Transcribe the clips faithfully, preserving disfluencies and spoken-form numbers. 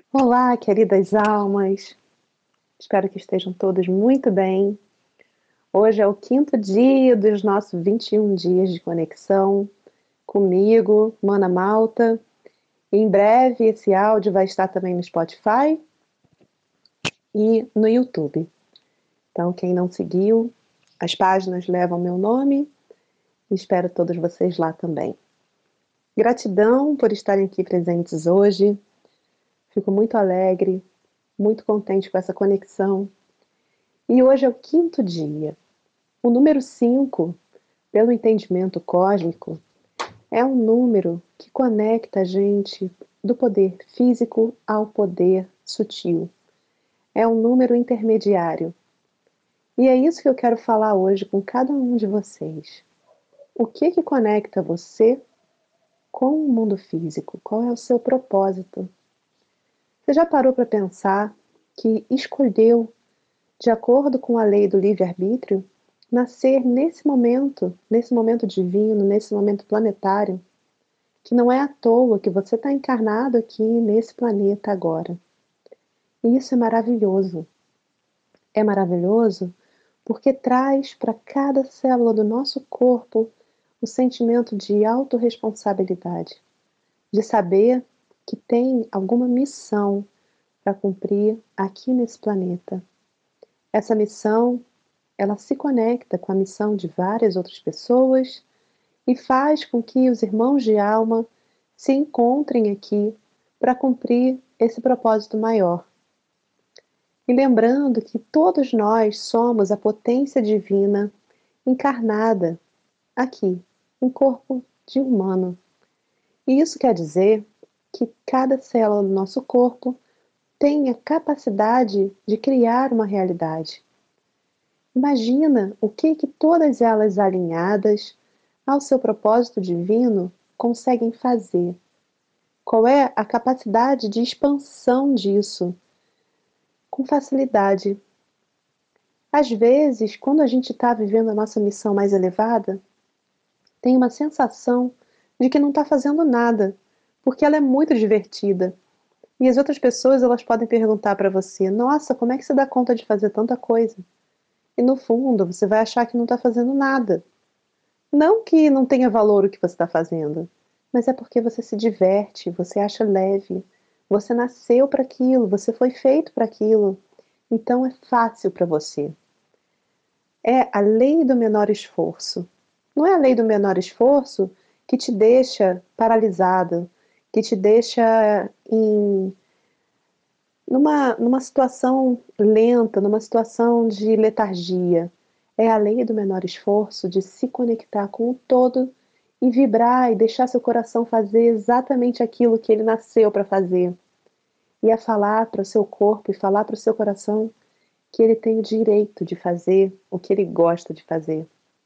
Olá, queridas almas. Espero que estejam todos muito bem. Hoje é o quinto dia dos nossos vinte e um dias de conexão comigo, Mana Malta. Em breve esse áudio vai estar também no Spotify e no YouTube. Então, quem não seguiu, as páginas levam meu nome e espero todos vocês lá também. Gratidão por estarem aqui presentes hoje. Fico muito alegre, muito contente com essa conexão. E hoje é o quinto dia. O número cinco, pelo entendimento cósmico, é um número que conecta a gente do poder físico ao poder sutil. É um número intermediário. E é isso que eu quero falar hoje com cada um de vocês. O que que conecta você com o mundo físico? Qual é o seu propósito? Você já parou para pensar que escolheu, de acordo com a lei do livre-arbítrio, nascer nesse momento, nesse momento divino, nesse momento planetário, que não é à toa que você está encarnado aqui nesse planeta agora. E isso é maravilhoso. É maravilhoso porque traz para cada célula do nosso corpo o sentimento de autorresponsabilidade, de saber que tem alguma missão para cumprir aqui nesse planeta. Essa missão, ela se conecta com a missão de várias outras pessoas e faz com que os irmãos de alma se encontrem aqui para cumprir esse propósito maior. E lembrando que todos nós somos a potência divina encarnada aqui, em corpo de humano. E isso quer dizer que cada célula do nosso corpo tem a capacidade de criar uma realidade. Imagina o que que todas elas alinhadas ao seu propósito divino conseguem fazer. Qual é a capacidade de expansão disso? Com facilidade. Às vezes, quando a gente está vivendo a nossa missão mais elevada, tem uma sensação de que não está fazendo nada, porque ela é muito divertida. E as outras pessoas elas podem perguntar para você: nossa, como é que você dá conta de fazer tanta coisa? E no fundo, você vai achar que não está fazendo nada. Não que não tenha valor o que você está fazendo, mas é porque você se diverte, você acha leve, você nasceu para aquilo, você foi feito para aquilo, então é fácil para você. É a lei do menor esforço. Não é a lei do menor esforço que te deixa paralisado, que te deixa em numa, numa situação lenta, numa situação de letargia. É a lei do menor esforço de se conectar com o todo e vibrar e deixar seu coração fazer exatamente aquilo que ele nasceu para fazer. E é falar para o seu corpo e falar para o seu coração que ele tem o direito de fazer o que ele gosta de fazer.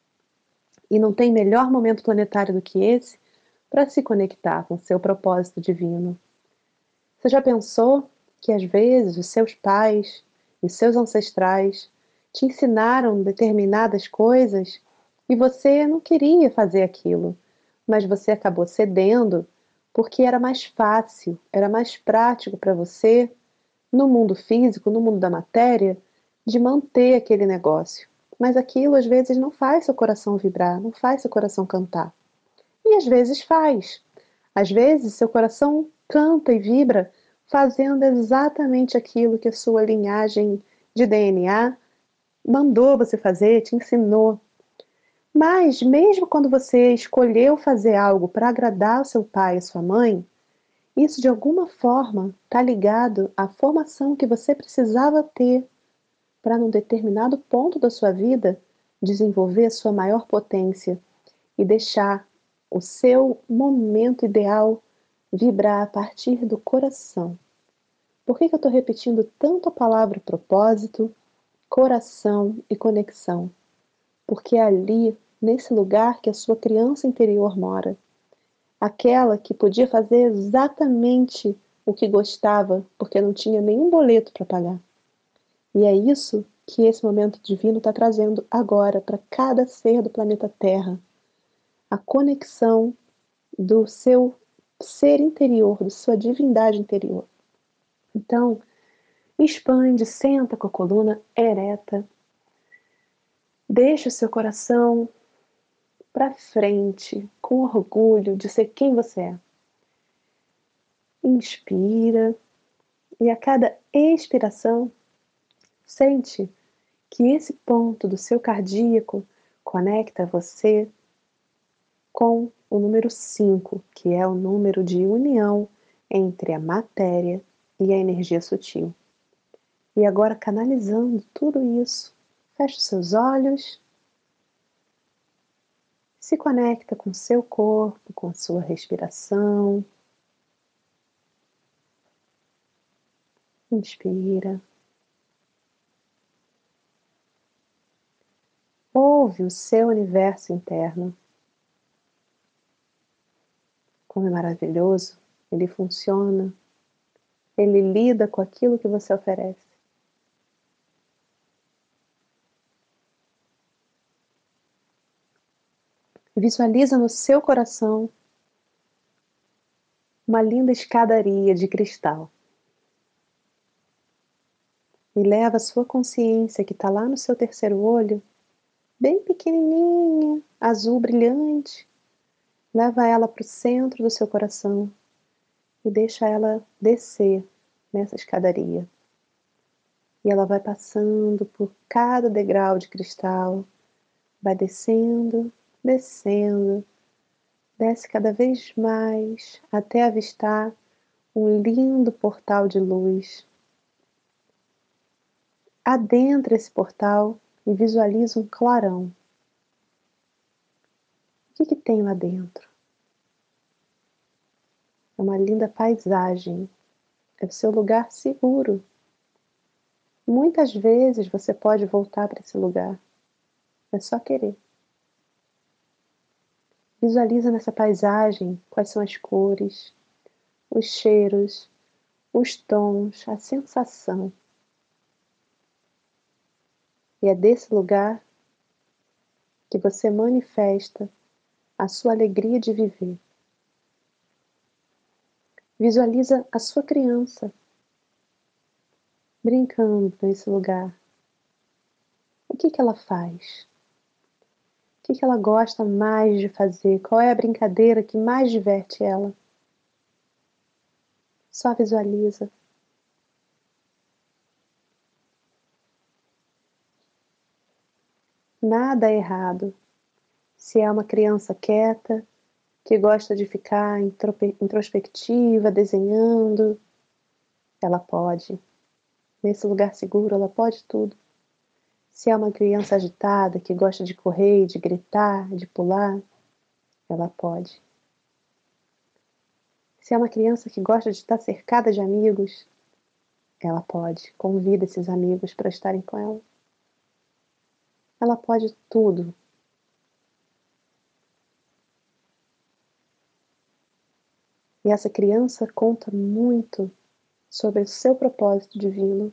E não tem melhor momento planetário do que esse para se conectar com seu propósito divino. Você já pensou que às vezes os seus pais e seus ancestrais te ensinaram determinadas coisas e você não queria fazer aquilo, mas você acabou cedendo porque era mais fácil, era mais prático para você, no mundo físico, no mundo da matéria, de manter aquele negócio. Mas aquilo às vezes não faz seu coração vibrar, não faz seu coração cantar. E às vezes faz. Às vezes seu coração canta e vibra fazendo exatamente aquilo que a sua linhagem de D N A mandou você fazer, te ensinou. Mas mesmo quando você escolheu fazer algo para agradar o seu pai e a sua mãe, isso de alguma forma está ligado à formação que você precisava ter para num determinado ponto da sua vida desenvolver a sua maior potência e deixar o seu momento ideal vibrar a partir do coração. Por que que eu estou repetindo tanto a palavra propósito, coração e conexão? Porque é ali, nesse lugar, que a sua criança interior mora. Aquela que podia fazer exatamente o que gostava, porque não tinha nenhum boleto para pagar. E é isso que esse momento divino está trazendo agora para cada ser do planeta Terra. A conexão do seu ser interior, da sua divindade interior. Então, expande, senta com a coluna ereta. Deixa o seu coração para frente, com orgulho de ser quem você é. Inspira e a cada expiração, sente que esse ponto do seu cardíaco conecta você com o número cinco, que é o número de união entre a matéria e a energia sutil. E agora, canalizando tudo isso, feche os seus olhos, se conecta com o seu corpo, com a sua respiração. Inspira. Ouve o seu universo interno. Como é maravilhoso, ele funciona, ele lida com aquilo que você oferece. Visualiza no seu coração uma linda escadaria de cristal. E leva a sua consciência que está lá no seu terceiro olho, bem pequenininha, azul brilhante. Leva ela para o centro do seu coração e deixa ela descer nessa escadaria. E ela vai passando por cada degrau de cristal, vai descendo, descendo, desce cada vez mais até avistar um lindo portal de luz. Adentra esse portal e visualiza um clarão. O que que tem lá dentro? É uma linda paisagem. É o seu lugar seguro. Muitas vezes você pode voltar para esse lugar. É só querer. Visualiza nessa paisagem quais são as cores, os cheiros, os tons, a sensação. E é desse lugar que você manifesta a sua alegria de viver. Visualiza a sua criança brincando nesse lugar. O que que ela faz? O que que ela gosta mais de fazer? Qual é a brincadeira que mais diverte ela? Só visualiza. Nada é errado. Se é uma criança quieta, que gosta de ficar introspectiva, desenhando, ela pode. Nesse lugar seguro, ela pode tudo. Se é uma criança agitada, que gosta de correr, de gritar, de pular, ela pode. Se é uma criança que gosta de estar cercada de amigos, ela pode. Convida esses amigos para estarem com ela. Ela pode tudo. E essa criança conta muito sobre o seu propósito divino. O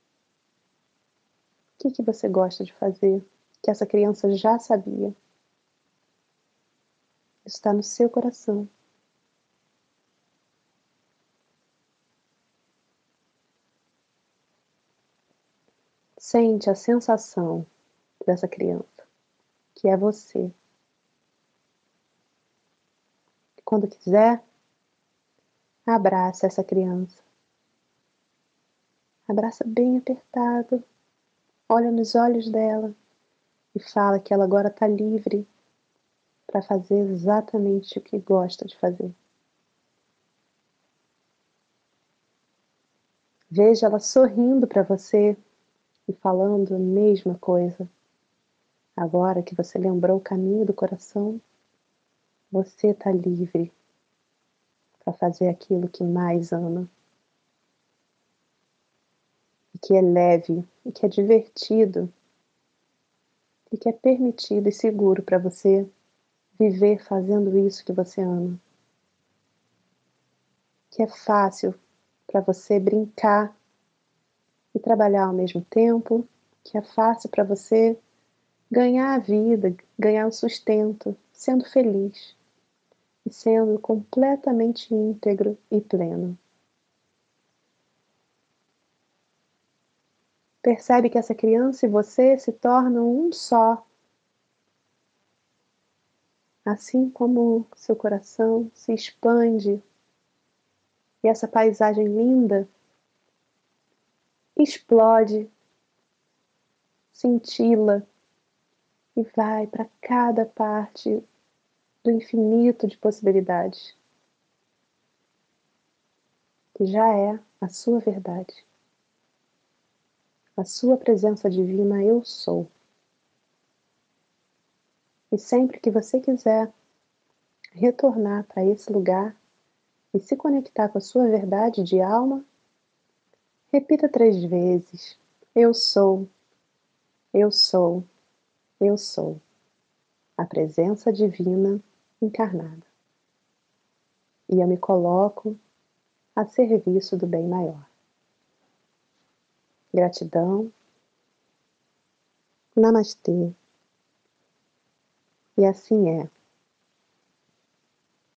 que que você gosta de fazer que essa criança já sabia? Isso está no seu coração. Sente a sensação dessa criança, que é você. E quando quiser, abraça essa criança. Abraça bem apertado, olha nos olhos dela e fala que ela agora está livre para fazer exatamente o que gosta de fazer. Veja ela sorrindo para você e falando a mesma coisa. Agora que você lembrou o caminho do coração, você está livre para fazer aquilo que mais ama. E que é leve, e que é divertido, e que é permitido e seguro para você viver fazendo isso que você ama. Que é fácil para você brincar e trabalhar ao mesmo tempo, que é fácil para você ganhar a vida, ganhar o sustento, sendo feliz e sendo completamente íntegro e pleno. Percebe que essa criança e você se tornam um só. Assim como seu coração se expande e essa paisagem linda explode, cintila e vai para cada parte do infinito de possibilidades, que já é a sua verdade, a sua presença divina eu sou. E sempre que você quiser retornar para esse lugar e se conectar com a sua verdade de alma, repita três vezes: eu sou, eu sou, eu sou, a presença divina encarnada. E eu me coloco a serviço do bem maior. Gratidão. Namastê. E assim é.